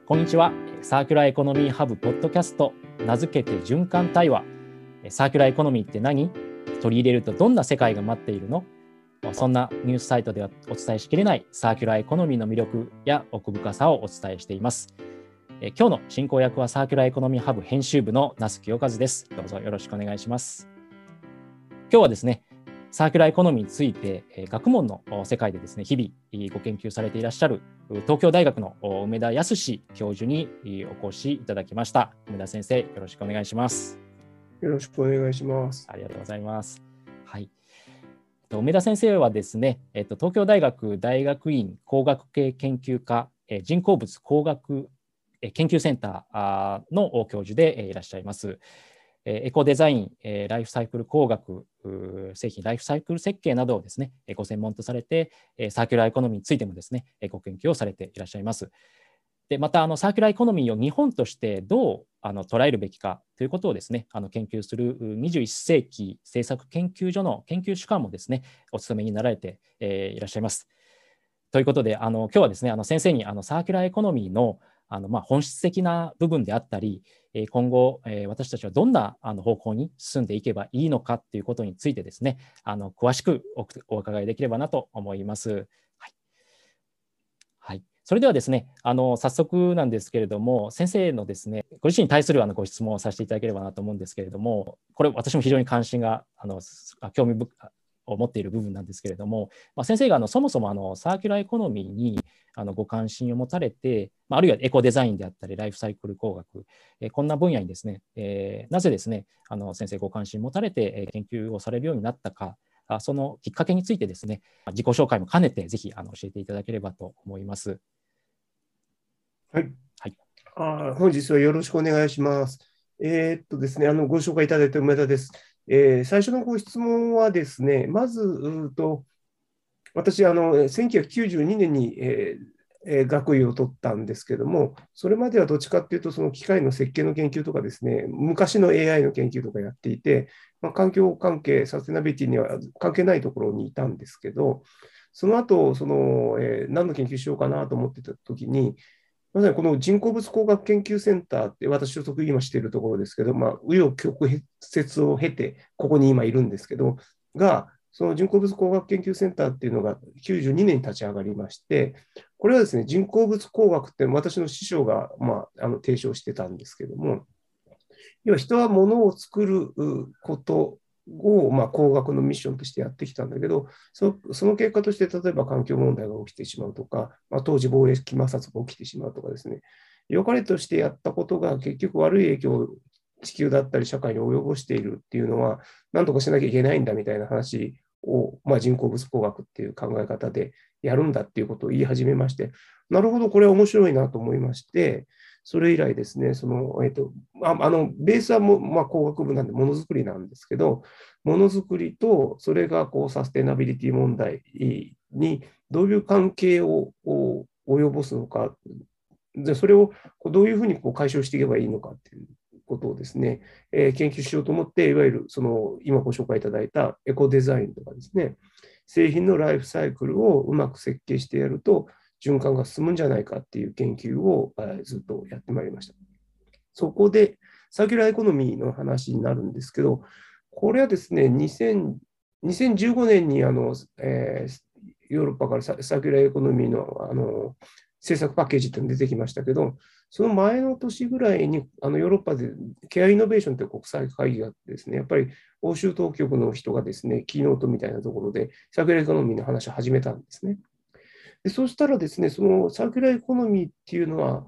こんにちは。サーキュラーエコノミーハブポッドキャスト、名付けて循環対話。サーキュラーエコノミーって何？取り入れるとどんな世界が待っているの？そんなニュースサイトではお伝えしきれないサーキュラーエコノミーの魅力や奥深さをお伝えしています。今日の進行役はサーキュラーエコノミーハブ編集部の那須清和です。どうぞよろしくお願いします。今日はですね、サーキュラーエコノミーについて学問の世界でですね、日々ご研究されていらっしゃる東京大学の梅田康教授にお越しいただきました。梅田先生、よろしくお願いします。 よろしくお願いします。 ありがとうございます。はい。梅田先生はですね、東京大学大学院工学系研究科人工物工学研究センターの教授でいらっしゃいます。エコデザイン、ライフサイクル工学、製品ライフサイクル設計などをですね、ご専門とされて、サーキュラーエコノミーについてもですね、ご研究をされていらっしゃいます。で、またサーキュラーエコノミーを日本としてどう捉えるべきかということをですね、研究する21世紀政策研究所の研究主幹もですね、お務めになられて、いらっしゃいます。ということで、今日はですね、先生にサーキュラーエコノミーの本質的な部分であったり、今後私たちはどんな方向に進んでいけばいいのかということについてですね、詳しくお伺いできればなと思います。はい。はい、それではですね、早速なんですけれども、先生のですね、ご自身に対するご質問をさせていただければなと思うんですけれども、これ私も非常に関心が興味を持っている部分なんですけれども、先生がそもそもサーキュラーエコノミーにご関心を持たれて、あるいはエコデザインであったりライフサイクル工学、こんな分野にですね、なぜですね先生ご関心を持たれて研究をされるようになったか、そのきっかけについてですね、自己紹介も兼ねてぜひ教えていただければと思います。 はい。はい、本日はよろしくお願いします。ですね、ご紹介いただいた梅田です。最初のご質問はですね、まず私1992年に、学位を取ったんですけども、それまではどっちかっていうと、その機械の設計の研究とかですね、昔の AI の研究とかやっていて、環境関係、サステナビリティには関係ないところにいたんですけど、その後何の研究しようかなと思ってたときに、まさにこの人工物工学研究センターって私所属今しているところですけど、紆余曲折を経て、ここに今いるんですけど、その人工物工学研究センターっていうのが92年に立ち上がりまして、これはですね、人工物工学って私の師匠が、提唱してたんですけども、要は人は物を作ることを、工学のミッションとしてやってきたんだけど、その結果として、例えば環境問題が起きてしまうとか、当時貿易摩擦が起きてしまうとかですね、良かれとしてやったことが結局悪い影響を地球だったり社会に及ぼしているっていうのは、何とかしなきゃいけないんだみたいな話を、人工物工学っていう考え方でやるんだっていうことを言い始めまして、なるほど、これは面白いなと思いまして、それ以来ですね、ベースは工学部なんでものづくりなんですけど、ものづくりとそれがサステナビリティ問題にどういう関係を及ぼすのか、でそれをどういうふうに解消していけばいいのかっていうことをですね、研究しようと思って、いわゆる今ご紹介いただいたエコデザインとかですね、製品のライフサイクルをうまく設計してやると、循環が進むんじゃないかっていう研究をずっとやってまいりました。そこで、サーキュラーエコノミーの話になるんですけど、これはですね、2015年にヨーロッパからサーキュラーエコノミーの政策パッケージっていうのが出てきましたけど、その前の年ぐらいにヨーロッパでケアイノベーションという国際会議があってですね、やっぱり欧州当局の人がですね、キーノートみたいなところでサーキュラーエコノミーの話を始めたんですね。でそうしたらですね、そのサーキュラーエコノミーっていうのは、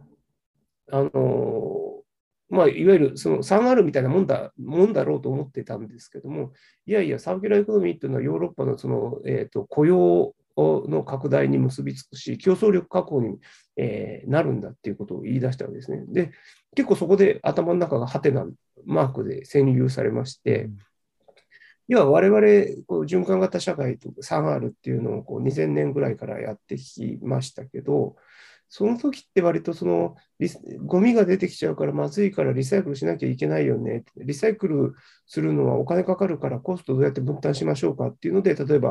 いわゆるその 3R みたいなもんだろうと思ってたんですけども、いやいや、サーキュラーエコノミーっていうのはヨーロッパの雇用の拡大に結びつくし、競争力確保に、なるんだっていうことを言い出したわけですね。で、結構そこで頭の中がハテナマークで占有されまして、要は我々循環型社会と 3R っていうのを2000年ぐらいからやってきましたけど、その時って割とゴミが出てきちゃうからまずいからリサイクルしなきゃいけないよね。リサイクルするのはお金かかるからコストどうやって分担しましょうかっていうので、例えば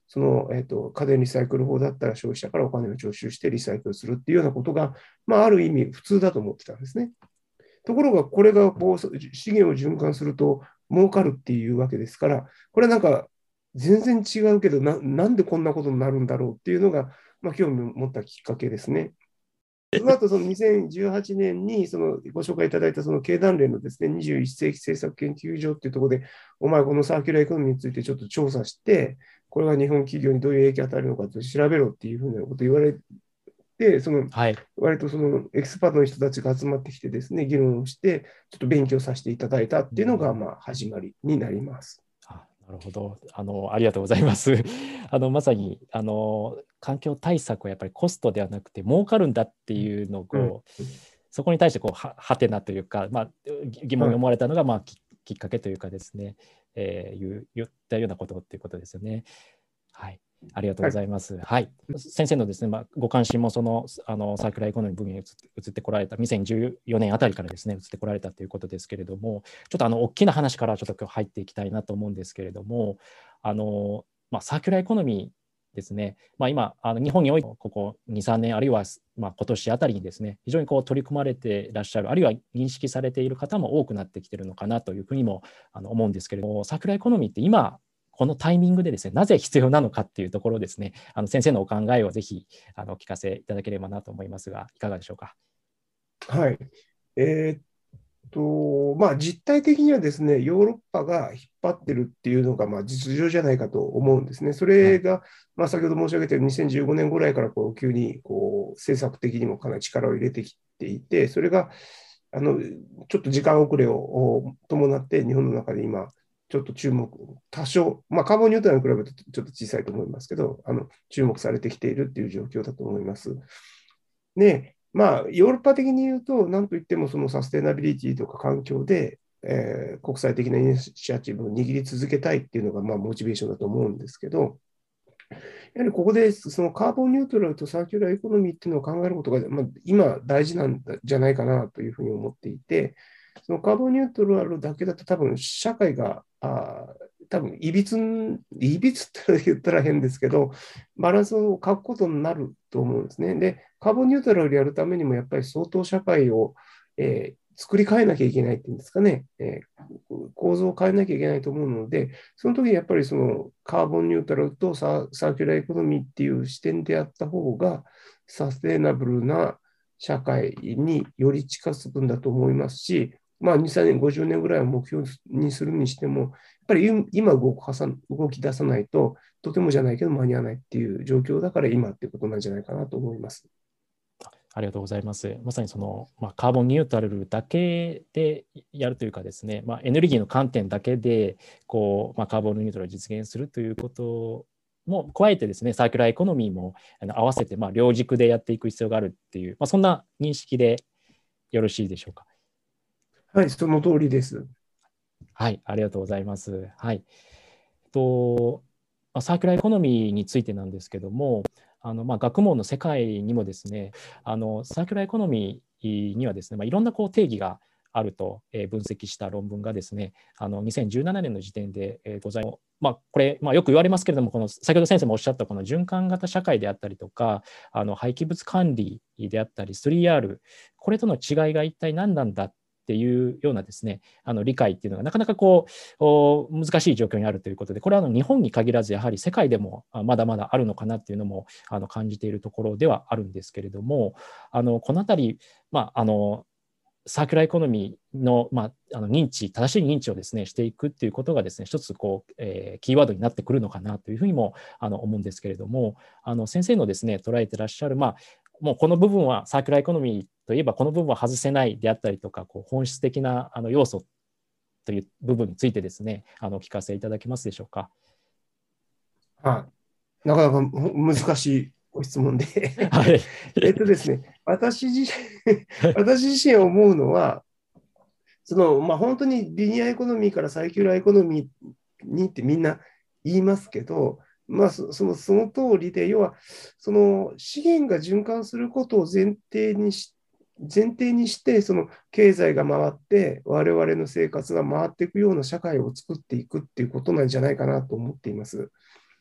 その、家電リサイクル法だったら消費者からお金を徴収してリサイクルするっていうようなことが、ある意味普通だと思ってたんですね。ところが、これがこう資源を循環すると儲かるっていうわけですから、これはなんか全然違うけどなんでこんなことになるんだろうっていうのが、興味を持ったきっかけですね。その後、その2018年にそのご紹介いただいたその経団連のですね、21世紀政策研究所っていうところで、お前このサーキュラーエコノミーについてちょっと調査して、これが日本企業にどういう影響を与えるのかと調べろっていうふうなことを言われて、割とそのエキスパートの人たちが集まってきてですね、議論をして、ちょっと勉強させていただいたっていうのが、始まりになります。 なるほど。ありがとうございます。まさに、環境対策はやっぱりコストではなくて、儲かるんだっていうのを、そこに対してはてなというか、疑問に思われたのが、きっかけというかですね、言ったようなことっていうことですよね。はい。ありがとうございます。はい。先生のですね、ご関心もサーキュラーエコノミー分野に移ってこられた、2014年あたりからですね、移ってこられたということですけれども、ちょっと大きな話からちょっと今日入っていきたいなと思うんですけれども、サーキュラーエコノミーですね、今、日本においてここ2、3年、あるいは今年あたりにですね、非常に取り組まれていらっしゃる、あるいは認識されている方も多くなってきているのかなというふうにも思うんですけれども、サーキュラーエコノミーって今、このタイミングでですね、なぜ必要なのかっていうところですね、先生のお考えをぜひ聞かせいただければなと思いますが、いかがでしょうか。 はい。実態的にはですね、ヨーロッパが引っ張ってるっていうのが実情じゃないかと思うんですね。それが、先ほど申し上げたように2015年ぐらいから急に政策的にもかなり力を入れてきていて、それがちょっと時間遅れを伴って日本の中で今、ちょっと注目、多少、カーボンニュートラルに比べるとちょっと小さいと思いますけど、注目されてきているっていう状況だと思います。で、ヨーロッパ的に言うと、なんといってもそのサステナビリティとか環境で、国際的なイニシアチブを握り続けたいっていうのがモチベーションだと思うんですけど、やはりここでそのカーボンニュートラルとサーキュラーエコノミーっていうのを考えることが、今大事なんじゃないかなというふうに思っていて、そのカーボンニュートラルだけだと多分社会が多分いびつって言ったら変ですけど、バランスを欠くことになると思うんですね。で、カーボンニュートラルをやるためにもやっぱり相当社会を、作り変えなきゃいけないっていうんですかね、構造を変えなきゃいけないと思うので、その時にやっぱりそのカーボンニュートラルとサーキュラーエコノミーっていう視点であった方が、サステナブルな社会により近づくんだと思いますし、2、3年、50年ぐらいを目標にするにしても、やっぱり今動き出さないと、とてもじゃないけど間に合わないっていう状況だから今ってことなんじゃないかなと思います。 ありがとうございます。まさにカーボンニュートラルだけでやるというかですね、エネルギーの観点だけでカーボンニュートラルを実現するということも加えてですね、サーキュラーエコノミーも合わせて両軸でやっていく必要があるっていう、そんな認識でよろしいでしょうか。 はい、その通りです。 はい、ありがとうございます。はい。サーキュラーエコノミーについてなんですけども、学問の世界にもですね、サーキュラーエコノミーにはですね、いろんな定義があると分析した論文がですね、2017年の時点でございます。これ、よく言われますけれども、先ほど先生もおっしゃったこの循環型社会であったりとか、廃棄物管理であったり、3R、これとの違いが一体何なんだっていうようなですね、理解っていうのがなかなか難しい状況にあるということで、これは日本に限らずやはり世界でもまだまだあるのかなっていうのも感じているところではあるんですけれども、このあたり、サーキュラーエコノミーの、正しい認知をですね、していくっていうことがですね、一つキーワードになってくるのかなというふうにも思うんですけれども、先生のですね、捉えてらっしゃる、もうこの部分はサーキュラーエコノミーといえばこの部分は外せないであったりとか、本質的な要素という部分についてですね、お聞かせいただけますでしょうか。 なかなか難しいご質問ではい。 ですね、私自身思うのは、本当にリニアエコノミーからサーキュラーエコノミーにってみんな言いますけど、その通りで、要は、その資源が循環することを前提にして、その経済が回って、我々の生活が回っていくような社会を作っていくっていうことなんじゃないかなと思っています。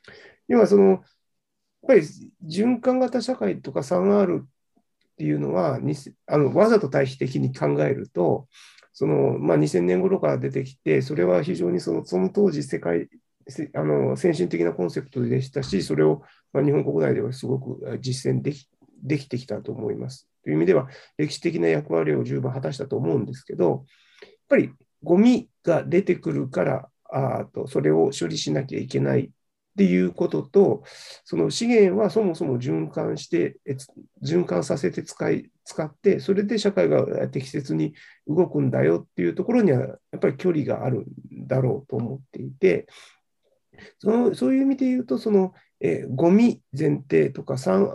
要はやっぱり循環型社会とか 3R っていうのはわざと対比的に考えると、2000年頃から出てきて、それは非常にその当時先進的なコンセプトでしたし、それを日本国内ではすごく実践できてきたと思います。という意味では、歴史的な役割を十分果たしたと思うんですけど、やっぱりゴミが出てくるからそれを処理しなきゃいけないっていうことと、その資源はそもそも循環させて使って、それで社会が適切に動くんだよっていうところには、やっぱり距離があるんだろうと思っていて、そういう意味で言うと、ゴミ前提とか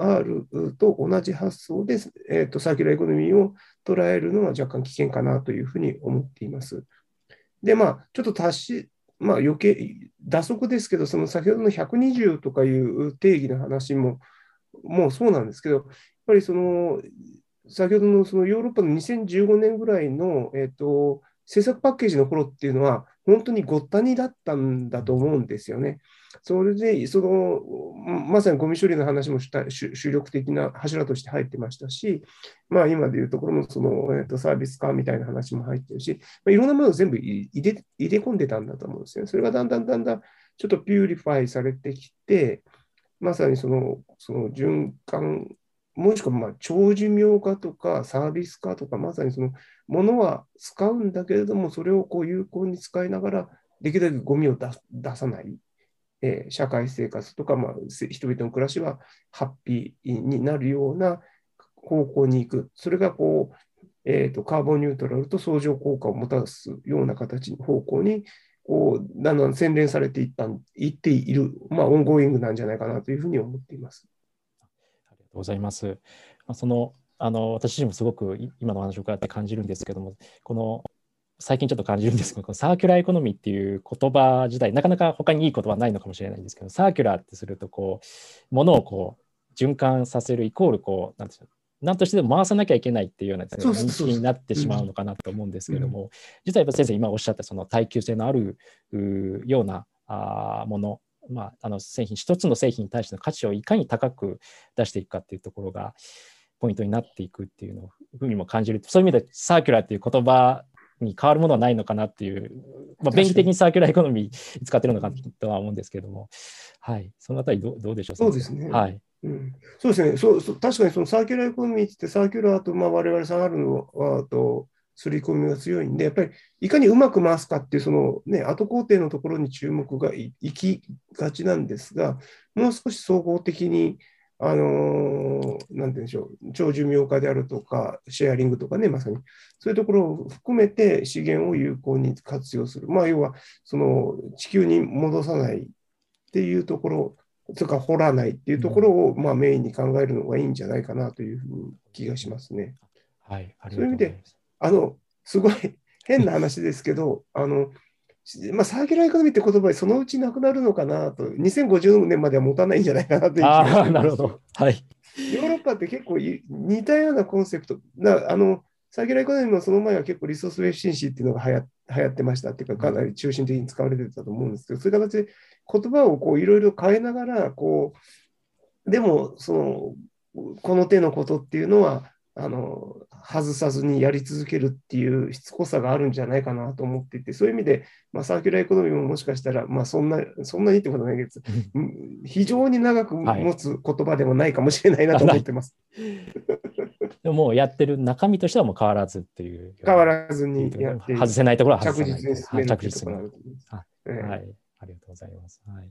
3R と同じ発想で、サーキュラーエコノミーを捉えるのは若干危険かなというふうに思っています。で、ちょっと余計、打足ですけど、その先ほどの120とかいう定義の話もうそうなんですけど、やっぱり先ほどのそのヨーロッパの2015年ぐらいの、政策パッケージの頃っていうのは、本当にごったにだったんだと思うんですよね。それで、まさにゴミ処理の話も主力的な柱として入ってましたし、今でいうところのサービス化みたいな話も入ってるし、いろんなものを全部入れ込んでたんだと思うんですよね。それがだんだんちょっとピューリファイされてきて、まさにその循環、もしくは長寿命化とかサービス化とか、まさにものは使うんだけれども、それを有効に使いながら、できるだけゴミを出さない、社会生活とか、人々の暮らしはハッピーになるような方向に行く。それがカーボンニュートラルと相乗効果をもたらすような形の方向にだんだん洗練されていっている、オンゴーイングなんじゃないかなというふうに思っています。 ありがとうございます。私自身もすごく今の話を伺って感じるんですけども、最近ちょっと感じるんですけど、このサーキュラーエコノミーっていう言葉自体、なかなか他にいい言葉はないのかもしれないんですけど、サーキュラーってすると物を循環させるイコール何としても回さなきゃいけないっていうような認識になってしまうのかなと思うんですけれども、実はやっぱ先生今おっしゃったその耐久性のあるようなもの、一つの製品に対しての価値をいかに高く出していくかっていうところがポイントになっていくっていうふうにも感じる。そういう意味でサーキュラーっていう言葉に変わるものはないのかなっていう、便宜的にサーキュラーエコノミー使ってるのかとは思うんですけれども、はい、そのあたりどうでしょう。 そうですね。 はい。 そうですね。確かにそのサーキュラーエコノミーってサーキュラーと我々3あるのと刷り込みが強いんで、やっぱりいかにうまく回すかっていう後工程のところに注目がいきがちなんですが、もう少し総合的になんて言うんでしょう、長寿命化であるとか、シェアリングとかね、まさに、そういうところを含めて資源を有効に活用する。要は、地球に戻さないっていうところ、それから掘らないっていうところを、メインに考えるのがいいんじゃないかなという気がしますね。 はい、ありそういう意味がとうございまで、すごい変な話ですけど、サーキュラーエコノミーって言葉でそのうちなくなるのかなと、2050年までは持たないんじゃないかなという気がしてます。 なるほど。はい。 ヨーロッパって結構似たようなコンセプト、サーキュラーエコノミーもその前は結構リソースエフィシェンシーっていうのが流行ってましたっていうか、かなり中心的に使われてたと思うんですけど、そういう形で言葉をいろいろ変えながら、でもこの手のことっていうのは、外さずにやり続けるっていうしつこさがあるんじゃないかなと思っていて、そういう意味で、サーキュラーエコノミーももしかしたら、そんなにってことはないけど、非常に長く持つ言葉でもないかもしれないなと思ってます。 でももうやってる中身としてはもう変わらずっていう。 変わらずにやって外せないところは外さない。 着実に進めるというところがあると思います。 はい、ありがとうございます。はい。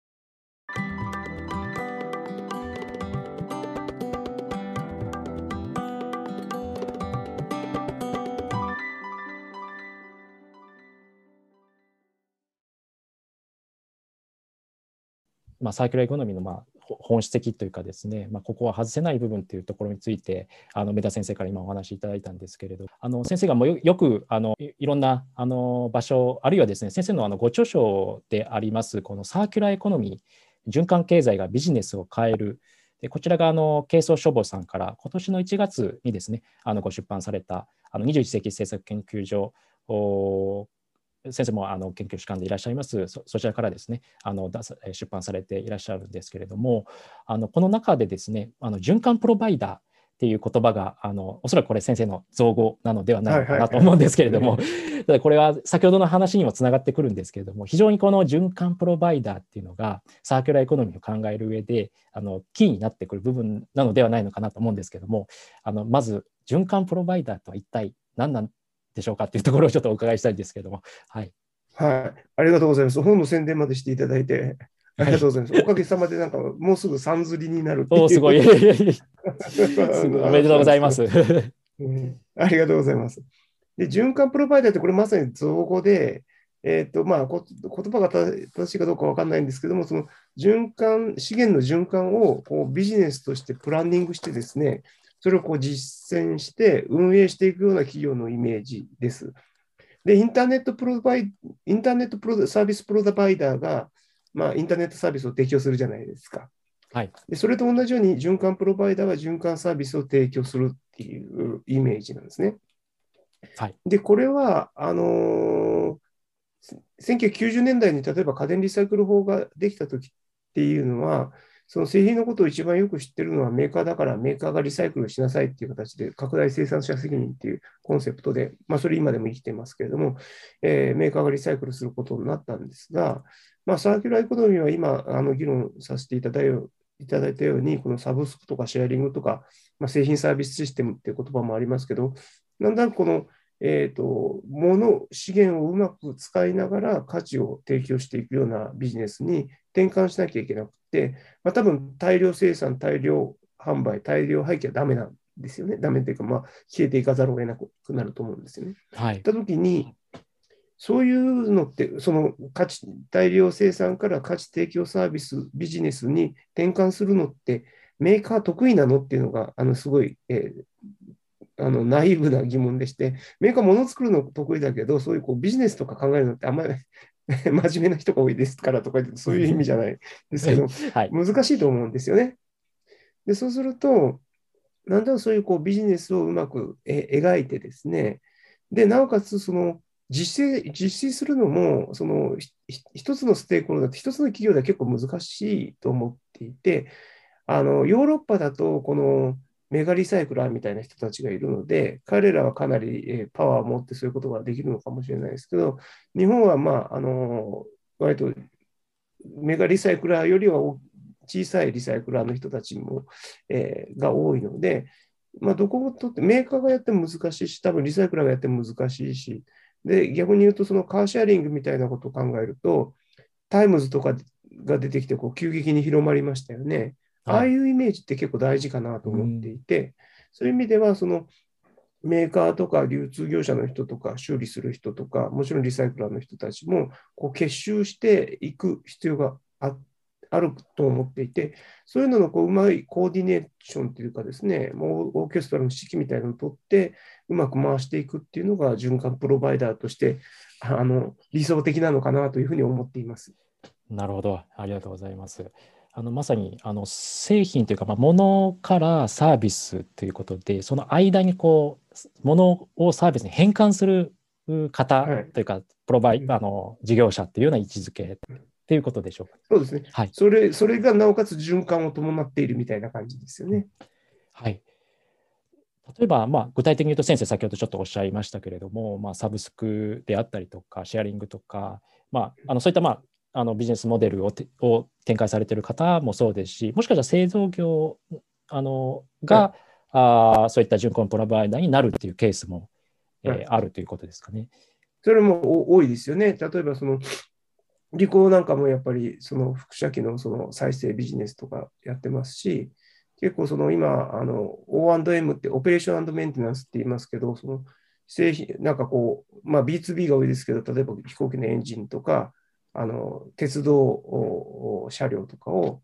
サーキュラーエコノミーの本質的というかですね、ここは外せない部分というところについて梅田先生から今お話しいただいたんですけれど、先生がもうよくいろんな場所、あるいはですね、先生のご著書でありますこのサーキュラーエコノミー、循環経済がビジネスを変える、でこちらが軽装書房さんから今年の1月にですねご出版された21世紀政策研究所先生も研究主幹でいらっしゃいます、そちらからですね、出版されていらっしゃるんですけれども、この中でですね、循環プロバイダーっていう言葉がおそらくこれ先生の造語なのではないのかなと思うんですけれども、ただこれは先ほどの話にもつながってくるんですけれども、非常にこの循環プロバイダーっていうのがサーキュラーエコノミーを考える上でキーになってくる部分なのではないのかなと思うんですけれども、まず循環プロバイダーとは一体何なんでしょうかっていうところをちょっとお伺いしたいんですけれども。はい。 はい。ありがとうございます。本の宣伝までしていただいて、ありがとうございます。おかげさまで、なんか、もうすぐさんずりになるっていう。 お、すごい。すごい。おめでとうございます。 ありがとうございます。で、循環プロバイダーってこれまさに造語で、まあ、言葉が正しいかどうかわかんないんですけども、その循環、資源の循環をこうビジネスとしてプランニングしてですね、それをこう実践して運営していくような企業のイメージです。で、インターネットサービスプロバイダーが、まあ、インターネットサービスを提供するじゃないですか。 はい、 でそれと同じように循環プロバイダーは循環サービスを提供するっていうイメージなんですね。 はい、 で、これは、1990年代に例えば家電リサイクル法ができたときっていうのは、その製品のことを一番よく知ってるのはメーカーだからメーカーがリサイクルしなさいっていう形で拡大生産者責任っていうコンセプトで、まあ、それ今でも生きてますけれども、メーカーがリサイクルすることになったんですが、まあ、サーキュラーエコノミーは今議論させていただいたように、このサブスクとかシェアリングとか、まあ、製品サービスシステムっていう言葉もありますけど、だんだんこの資源をうまく使いながら価値を提供していくようなビジネスに転換しなきゃいけなくて、まあ、多分大量生産、大量販売、大量廃棄はダメなんですよね。ダメというか、まあ、消えていかざるを得なくなると思うんですよね。 はい。 ったときに、そういうのって、その大量生産から価値提供サービス、ビジネスに転換するのって、メーカー得意なのっていうのが、すごい、ナイーブな疑問でして、メーカー物作るの得意だけど、そういうビジネスとか考えるのってあんまり真面目な人が多いですからとか、そういう意味じゃないですけど、 はい、 難しいと思うんですよね。で、そうすると、なんだろう、そういうビジネスをうまく描いてですね、で、なおかつ、実施するのも、一つのステークホルダーって、一つの企業では結構難しいと思っていて、ヨーロッパだと、このメガリサイクラーみたいな人たちがいるので、彼らはかなりパワーを持ってそういうことができるのかもしれないですけど、日本は、まあ、割とメガリサイクラーよりは小さいリサイクラーの人たちも、が多いので、まあ、どこをとってメーカーがやっても難しいし、多分リサイクラーがやっても難しいし、で、逆に言うと、そのカーシェアリングみたいなことを考えると、タイムズとかが出てきて、急激に広まりましたよね。ああいうイメージって結構大事かなと思っていて、そういう意味では、メーカーとか流通業者の人とか修理する人とか、もちろんリサイクラーの人たちも結集していく必要があると思っていて、そういうののうまいコーディネーションというかですね、もうオーケストラの指揮みたいなのを取って、うまく回していくっていうのが循環プロバイダーとして理想的なのかなというふうに思っています。 なるほど、ありがとうございます。まさに製品というか、物からサービスということで、その間に物をサービスに変換する方というか、事業者っていうような位置づけっていうことでしょうか。 そうですね。 はい。 それがなおかつ循環を伴っているみたいな感じですよね。 はい。例えば、具体的に言うと先生先ほどちょっとおっしゃいましたけれども、サブスクであったりとかシェアリングとか、そういったビジネスモデルを展開されている方もそうですし、もしかしたら製造業が、そういった循環プロバイダーになるっていうケースも、あるということですかね。 それも多いですよね。例えばリコーなんかもやっぱり輻射機の再生ビジネスとかやってますし、結構今O&M ってオペレーション&メンテナンスって言いますけど、製品なんかB2B が多いですけど、例えば飛行機のエンジンとか鉄道車両とかを、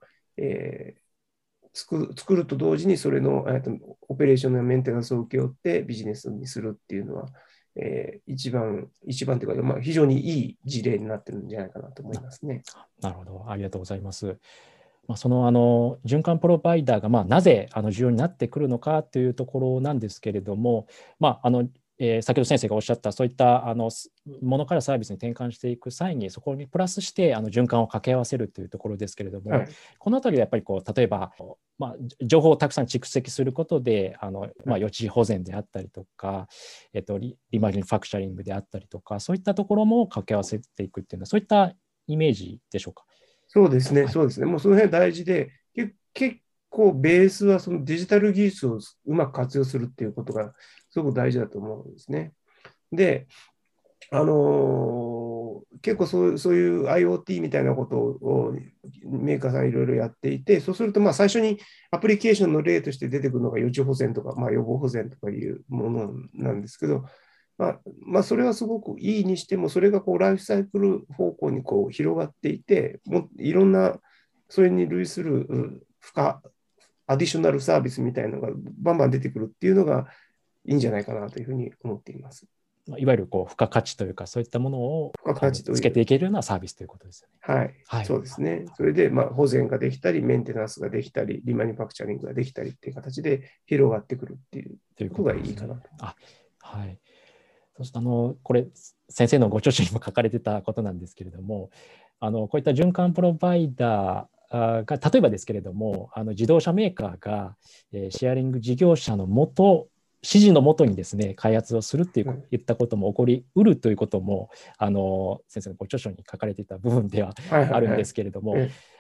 作ると同時にそれのオペレーションやメンテナンスを請け負ってビジネスにするっていうのは、一番というか、非常にいい事例になってるんじゃないかなと思いますね。 なるほど、ありがとうございます。その循環プロバイダーがなぜ重要になってくるのかというところなんですけれども、 先ほど先生がおっしゃったそういったものからサービスに転換していく際にそこにプラスして循環を掛け合わせるというところですけれども、このあたりはやっぱり例えば、情報をたくさん蓄積することで予知保全であったりとか、リマニファクチャリングであったりとか、そういったところも掛け合わせていくっていうのはそういったイメージでしょうか。 そうですね、そうですね。もうその辺大事で、結構ベースはそのデジタル技術をうまく活用するっていうことがすごく大事だと思うんですね。で、結構そういう IoT みたいなことをメーカーさんいろいろやっていて、そうすると最初にアプリケーションの例として出てくるのが予知保全とか、予防保全とかいうものなんですけど、それはすごくいいにしても、それがライフサイクル方向に広がっていて、もいろんなそれに類するアディショナルサービスみたいなのがバンバン出てくるっていうのがいいんじゃないかなというふうに思っています。 いわゆる付加価値というか、そういったものをつけていけるようなサービスということですよね。はい、そうですね。それで保全ができたり、メンテナンスができたり、リマニファクチャリングができたりっていう形で広がってくるっていうことがいいかなと。 はい。そしてこれ先生のご著書にも書かれてたことなんですけれども、こういった循環プロバイダーが例えばですけれども、自動車メーカーがシェアリング事業者の指示のもとにですね開発をするっていったことも起こりうるということも先生のご著書に書かれていた部分ではあるんですけれども、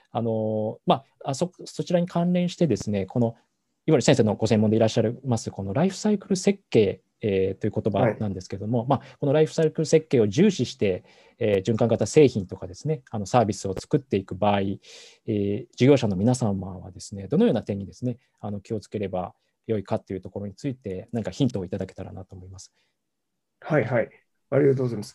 そちらに関連してですね、いわゆる先生のご専門でいらっしゃいますこのライフサイクル設計という言葉なんですけれども、このライフサイクル設計を重視して、循環型製品とかですねサービスを作っていく場合、事業者の皆様はですねどのような点にですね気をつければ良いかというところについて何かヒントをいただけたらなと思います。 はいはい、ありがとうございます。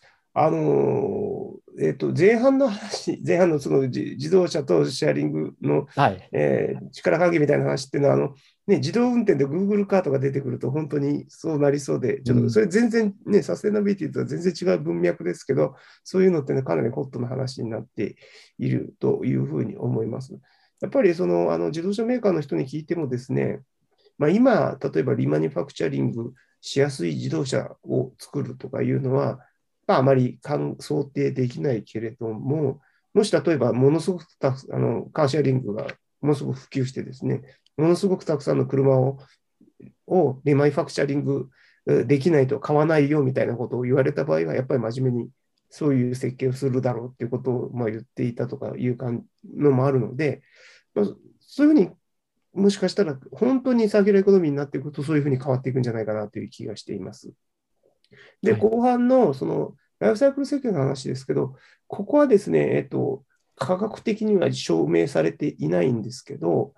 前半のその自動車とシェアリングの、力関係みたいな話っていうのは自動運転で Google カートが出てくると本当にそうなりそうで、ちょっとそれ全然サステナビリティとは全然違う文脈ですけど、そういうのってかなりホットな話になっているというふうに思います。やっぱり自動車メーカーの人に聞いてもですね、今、例えばリマニファクチャリングしやすい自動車を作るとかいうのは、あまり想定できないけれども、もし例えばものすごくカーシェアリングがものすごく普及してですね、ものすごくたくさんの車をリマニファクチャリングできないと買わないよみたいなことを言われた場合は、やっぱり真面目にそういう設計をするだろうっていうことを言っていたとかいうのもあるので、そういうふうにもしかしたら本当にサーキュラーエコノミーになっていくとそういうふうに変わっていくんじゃないかなという気がしています。で、後半のそのライフサイクル設計の話ですけど、ここはですね、科学的には証明されていないんですけど、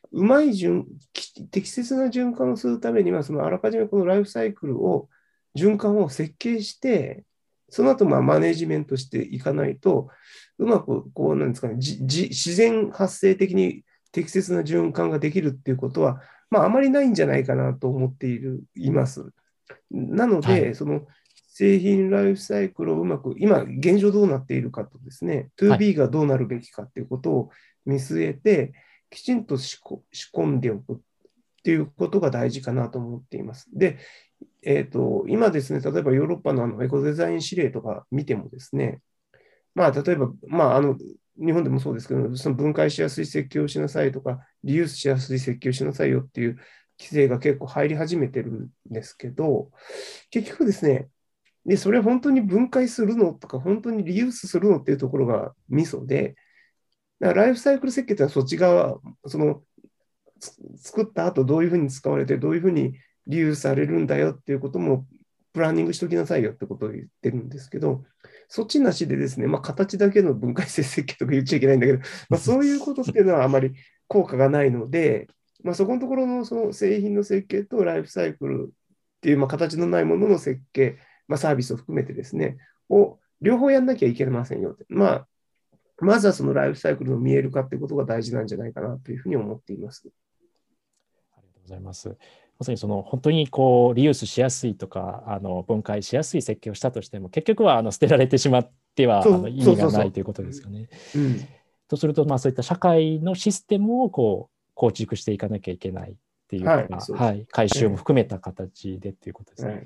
適切な循環をするためには、あらかじめこのライフサイクル循環を設計して、その後マネジメントしていかないと、うまくなんですかね、自然発生的に適切な循環ができるっていうことは、あまりないんじゃないかなと思っています。なので、その製品ライフサイクルをうまく、今、現状どうなっているかとですね、2B がどうなるべきかということを見据えて、きちんと仕込んでおくっていうことが大事かなと思っています。で、今ですね、例えばヨーロッパのエコデザイン指令とか見てもですね、例えば、日本でもそうですけど、その分解しやすい設計をしなさいとか、リユースしやすい設計をしなさいよっていう規制が結構入り始めてるんですけど、結局ですね、それ本当に分解するのとか、本当にリユースするのっていうところがミソで、だからライフサイクル設計ってのはそっち側、作った後どういうふうに使われて、どういうふうにリユースされるんだよっていうこともプランニングしておきなさいよってことを言ってるんですけど、そっちなしでですね、形だけの分解性設計とか言っちゃいけないんだけど、そういうことっていうのはあまり効果がないので、そこのところのその製品の設計とライフサイクルっていう形のないものの設計、サービスを含めてですね、両方やんなきゃいけませんよって。まずはそのライフサイクルの見える化っていうことが大事なんじゃないかなというふうに思っています。 ありがとうございます。まさに本当にリユースしやすいとか分解しやすい設計をしたとしても結局は捨てられてしまっては意味がないということですよね。とするとそういった社会のシステムを構築していかなきゃいけないっていうか、回収も含めた形でっていうことですね。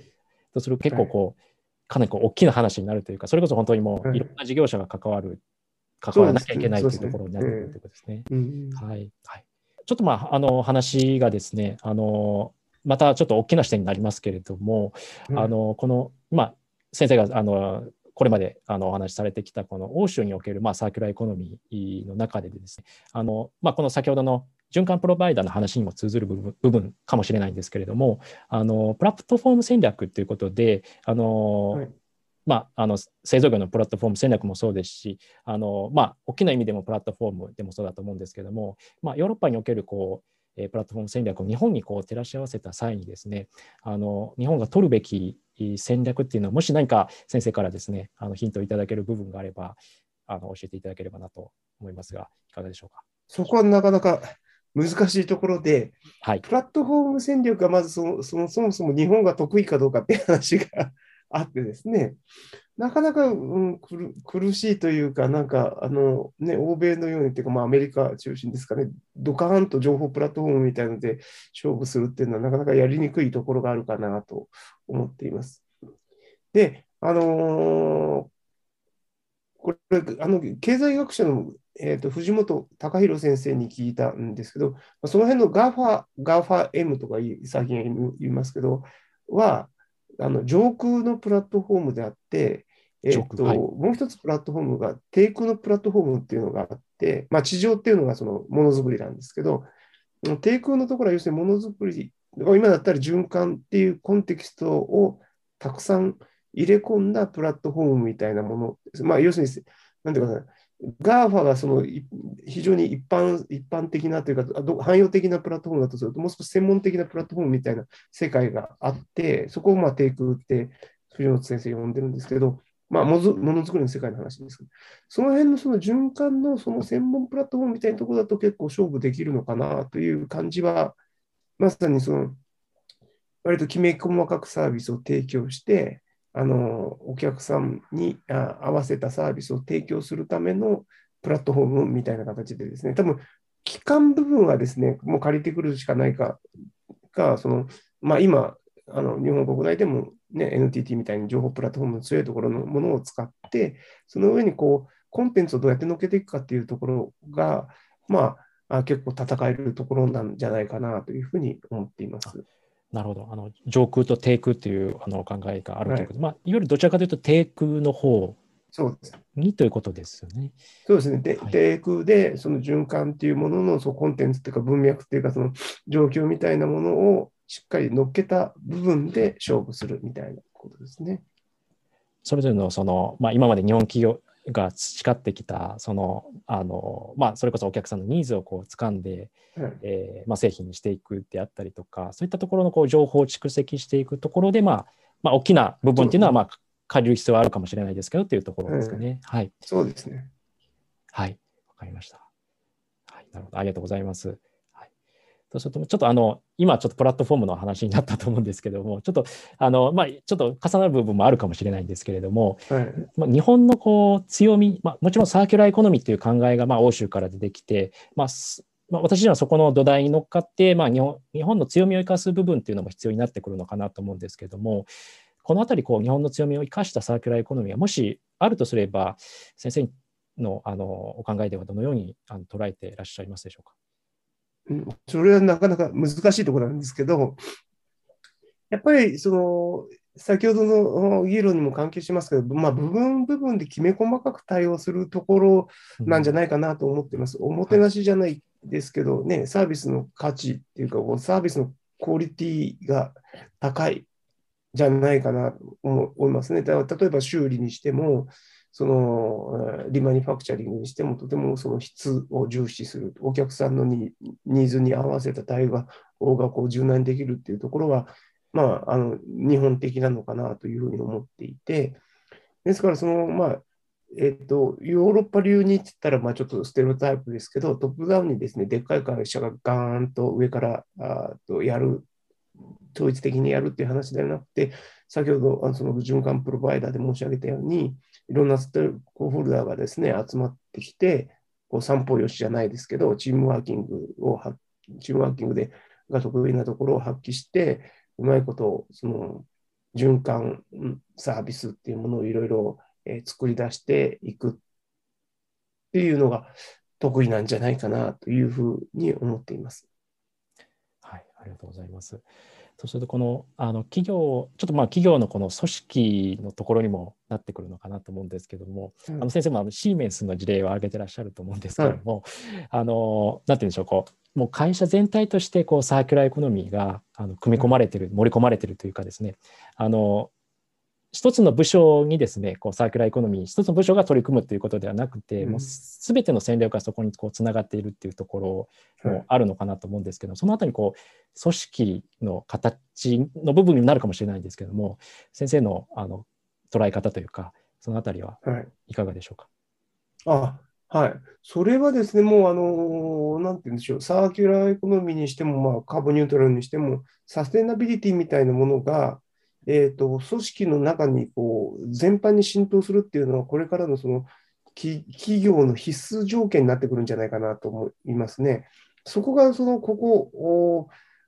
とすると結構こう、かなりこう大きな話になるというか、それこそ本当にもういろんな事業者が関わらなきゃいけないというところになってくるということですね。はいはい、ちょっと話がですね、またちょっと大きな視点になりますけれども、この、先生がこれまでお話しされてきたこの欧州におけるサーキュラーエコノミーの中でですね、この先ほどの循環プロバイダーの話にも通ずる部分かもしれないんですけれども、プラットフォーム戦略ということで、製造業のプラットフォーム戦略もそうですし、大きな意味でもプラットフォームでもそうだと思うんですけれども、ヨーロッパにおけるプラットフォーム戦略を日本に照らし合わせた際にですね、日本が取るべき戦略っていうのは、もし何か先生からですね、ヒントをいただける部分があれば、教えていただければなと思いますが、いかがでしょうか。 そこはなかなか難しいところで、 はい、 プラットフォーム戦略がまずそもそも日本が得意かどうかっていう話があってですね、なかなか、苦しいというか、なんか、欧米のようにっていうか、アメリカ中心ですかね、ドカーンと情報プラットフォームみたいなので勝負するっていうのは、なかなかやりにくいところがあるかなと思っています。で、これ、経済学者の、藤本隆弘先生に聞いたんですけど、その辺の GAFA、GAFAM とか最近言いますけど、は、上空のプラットフォームであって、もう一つプラットフォームが低空のプラットフォームっていうのがあって、地上っていうのがそのものづくりなんですけど、低空のところは要するにものづくり、今だったら循環っていうコンテキストをたくさん入れ込んだプラットフォームみたいなものです。要するに、なんていうかな、GAFA がその非常に一般的なというか、汎用的なプラットフォームだとすると、もう少し専門的なプラットフォームみたいな世界があって、そこを低空って藤本先生呼んでるんですけど、ものづくりの世界の話ですけど、その辺のその循環のその専門プラットフォームみたいなところだと結構勝負できるのかなという感じは、まさにその割ときめ細かくサービスを提供して、お客さんに合わせたサービスを提供するためのプラットフォームみたいな形でですね、多分、基幹部分はですね、もう借りてくるしかないか、今、日本国内でも、ね、NTT みたいに情報プラットフォームの強いところのものを使って、その上にコンテンツをどうやって乗っけていくかっていうところが、結構戦えるところなんじゃないかなというふうに思っています。 なるほど。上空と低空という考えがあるということで、いわゆるどちらかというと低空の方にということですよね。 そうですね。低空でその循環というもののコンテンツというか文脈というかその状況みたいなものをしっかり乗っけた部分で勝負するみたいなことですね。 それぞれの今まで日本企業が培ってきたそれこそお客さんのニーズを掴んで、製品にしていくであったりとか、そういったところの情報を蓄積していくところで、大きな部分っていうのは借りる必要はあるかもしれないですけどっていうところですかね。はい。 そうですね。 はい、わかりました。はい、なるほど、ありがとうございます。そうするとちょっと今ちょっとプラットフォームの話になったと思うんですけども、ちょっとちょっと重なる部分もあるかもしれないんですけれども、日本の強み、もちろんサーキュラーエコノミーという考えが欧州から出てきて、私自身はそこの土台に乗っかって、日本の強みを生かす部分っていうのも必要になってくるのかなと思うんですけれども、このあたり日本の強みを生かしたサーキュラーエコノミーがもしあるとすれば、先生のお考えではどのように捉えていらっしゃいますでしょうか。 それはなかなか難しいところなんですけど、やっぱり先ほどの議論にも関係しますけど、部分できめ細かく対応するところなんじゃないかなと思っています。おもてなしじゃないですけど、ね、サービスの価値っていうか、サービスのクオリティが高いじゃないかなと思いますね。例えば修理にしても、リマニファクチャリングにしても、とてもその質を重視する、お客さんのニーズに合わせた対応が柔軟にできるっていうところは、日本的なのかなというふうに思っていて、ですから、ヨーロッパ流にって言ったら、ちょっとステレオタイプですけど、トップダウンにですね、でっかい会社がガーンと上からやる、統一的にやるっていう話ではなくて、先ほどその循環プロバイダーで申し上げたように、いろんなステークホルダーがですね、集まってきて、三方よしじゃないですけど、チームワーキングでが得意なところを発揮して、うまいこと循環サービスっていうものをいろいろ作り出していくっていうのが得意なんじゃないかなというふうに思っています。 はい、ありがとうございます。そうするとこの企業、ちょっと企業のこの組織のところにもなってくるのかなと思うんですけども、先生もシーメンスの事例を挙げてらっしゃると思うんですけども、なんて言うんでしょう、もう会社全体としてサーキュラーエコノミーが組み込まれてる、盛り込まれてるというかですね、一つの部署にですね、サーキュラーエコノミー、一つの部署が取り組むということではなくて、もうすべての戦略がそこにつながっているっていうところもあるのかなと思うんですけど、そのあたり組織の形の部分になるかもしれないんですけども、先生の捉え方というか、そのあたりはいかがでしょうか。 はい。それはですね、もう、なんて言うんでしょう、サーキュラーエコノミーにしても、カーボンニュートラルにしても、サステナビリティみたいなものが、組織の中に全般に浸透するっていうのは、これからの企業の必須条件になってくるんじゃないかなと思いますね。そこがここ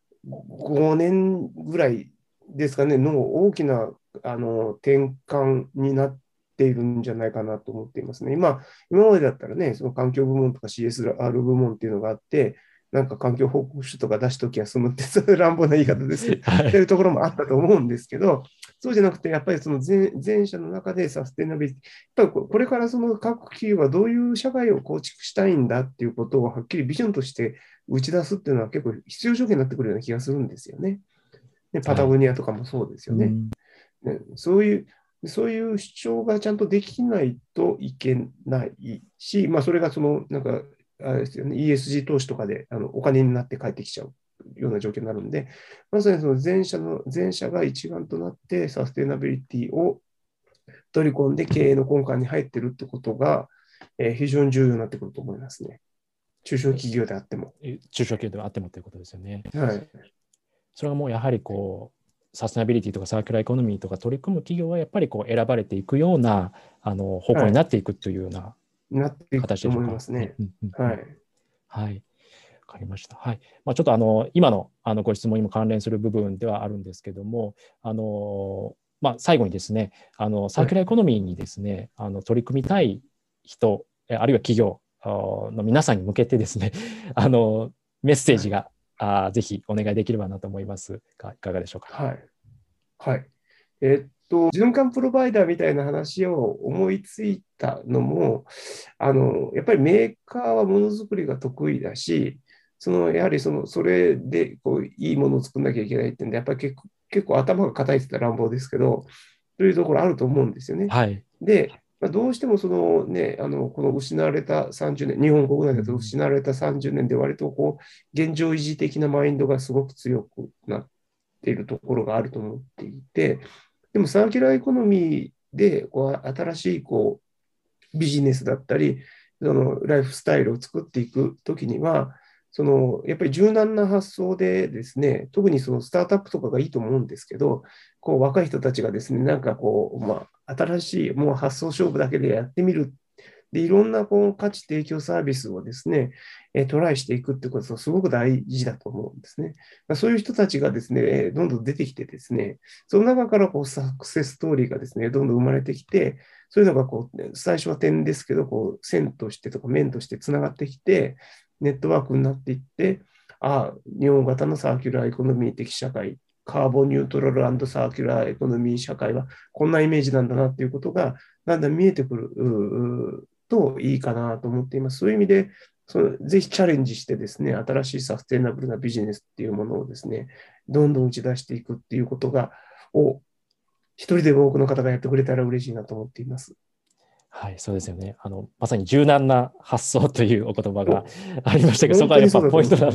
5年ぐらいですかね、の大きな転換になっているんじゃないかなと思っていますね。今までだったらね、その環境部門とか CSR 部門っていうのがあって、なんか環境報告書とか出しときゃ済むって、そういう乱暴な言い方ですけど、っていうところもあったと思うんですけど、そうじゃなくて、やっぱりその前者の中でサステナビリティ、やっぱりこれからその各企業はどういう社会を構築したいんだっていうことをはっきりビジョンとして打ち出すっていうのは結構必要条件になってくるような気がするんですよね。パタゴニアとかもそうですよね。そういう主張がちゃんとできないといけないし、それがなんか、あれですよね、ESG 投資とかでお金になって帰ってきちゃうような状況になるんで、まさにその前者が一丸となってサステナビリティを取り込んで経営の根幹に入っているってことが、非常に重要になってくると思いますね。中小企業であっても。 中小企業であってもということですよね。 はい。 それはもうやはりサステナビリティとかサーキュラーエコノミーとか取り組む企業はやっぱり選ばれていくような方向になっていくというような形でしょうか。 なっていくと思いますね。はい。 はい。わかりました。はい。ちょっと今のご質問にも関連する部分ではあるんですけども、最後にですね、サーキュラーエコノミーにですね、取り組みたい人、あるいは企業の皆さんに向けてですね、メッセージが、ぜひお願いできればなと思いますが、いかがでしょうか。 はい。はい。循環プロバイダーみたいな話を思いついたのも、やっぱりメーカーはものづくりが得意だし、やはりそれでいいものを作んなきゃいけないっていうんで、やっぱり結構頭が固いって言ったら乱暴ですけど、というところあると思うんですよね。 はい。 で、どうしてもこの失われた30年、日本国内だと失われた30年で割と現状維持的なマインドがすごく強くなっているところがあると思っていて、でもサーキュラーエコノミーで新しいビジネスだったり、ライフスタイルを作っていくときには、やっぱり柔軟な発想でですね、特にスタートアップとかがいいと思うんですけど、若い人たちがですね、なんか新しいもう発想勝負だけでやってみる。で、いろんな価値提供サービスをですね、トライしていくってことはすごく大事だと思うんですね。そういう人たちがですね、どんどん出てきてですね、その中からサクセスストーリーがですね、どんどん生まれてきて、そういうのが最初は点ですけど、線としてとか面としてつながってきて、ネットワークになっていって、日本型のサーキュラーエコノミー的社会、カーボンニュートラル&サーキュラーエコノミー社会はこんなイメージなんだなっていうことがだんだん見えてくるといいかなと思っています。そういう意味で、ぜひチャレンジしてですね、新しいサステイナブルなビジネスっていうものをですね、どんどん打ち出していくっていうことを一人でも多くの方がやってくれたら嬉しいなと思っています。 はい、そうですよね。まさに柔軟な発想というお言葉がありましたけど、そこはやっぱポイントだなって。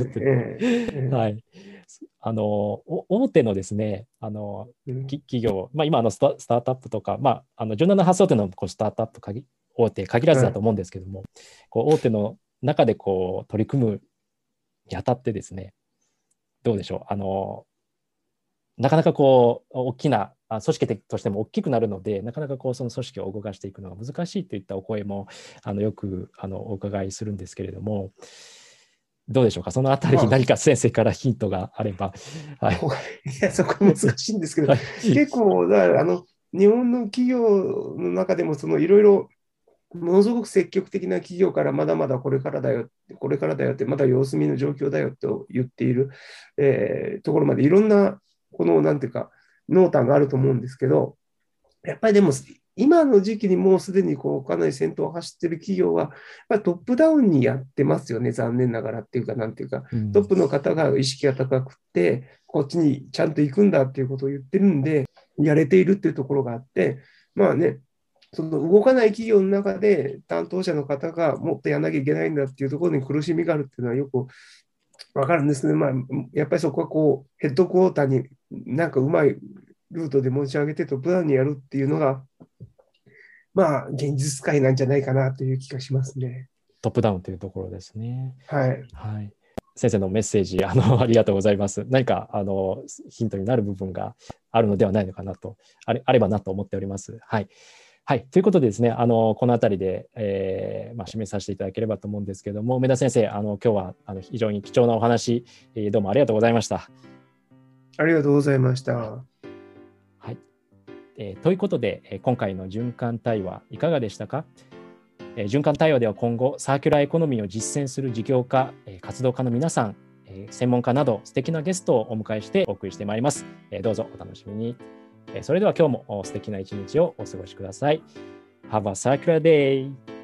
はい。大手のですね、企業、今スタートアップとか、柔軟な発想というのはスタートアップ大手限らずだと思うんですけども、大手の中で取り組むにあたってですね、どうでしょう。なかなか大きな組織としても大きくなるので、なかなかその組織を動かしていくのが難しいといったお声もよくお伺いするんですけれども、 どうでしょうか、そのあたり何か先生からヒントがあれば。 はい、いや、そこ難しいんですけど、はい、結構、だから日本の企業の中でもいろいろ、ものすごく積極的な企業からまだまだこれからだよって、まだ様子見の状況だよと言っている、ところまでいろんな、なんていうか、濃淡があると思うんですけど、やっぱりでも、今の時期にもうすでにかなり先頭を走っている企業は、トップダウンにやってますよね、残念ながらっていうか、なんていうか、トップの方が意識が高くて、こっちにちゃんと行くんだっていうことを言ってるんで、やれているっていうところがあって、まあね、その動かない企業の中で担当者の方がもっとやらなきゃいけないんだっていうところに苦しみがあるっていうのはよくわかるんですね。まあ、やっぱりそこはヘッドクォーターになんかうまいルートで持ち上げてトップダウンにやるっていうのが、まあ、現実界なんじゃないかなという気がしますね。 トップダウンというところですね。 はい。 はい。先生のメッセージありがとうございます。何かヒントになる部分があるのではないのかなと、あればなと思っております。はい。はい、ということでですね、この辺りで、締めさせていただければと思うんですけれども、梅田先生、今日は非常に貴重なお話、どうもありがとうございました。 ありがとうございました。 はい。ということで、今回の循環対話いかがでしたか？循環対話では今後、サーキュラーエコノミーを実践する事業家、活動家の皆さん、専門家など素敵なゲストをお迎えしてお送りしてまいります。どうぞお楽しみに。それでは今日も素敵な一日をお過ごしください。Have a circular day!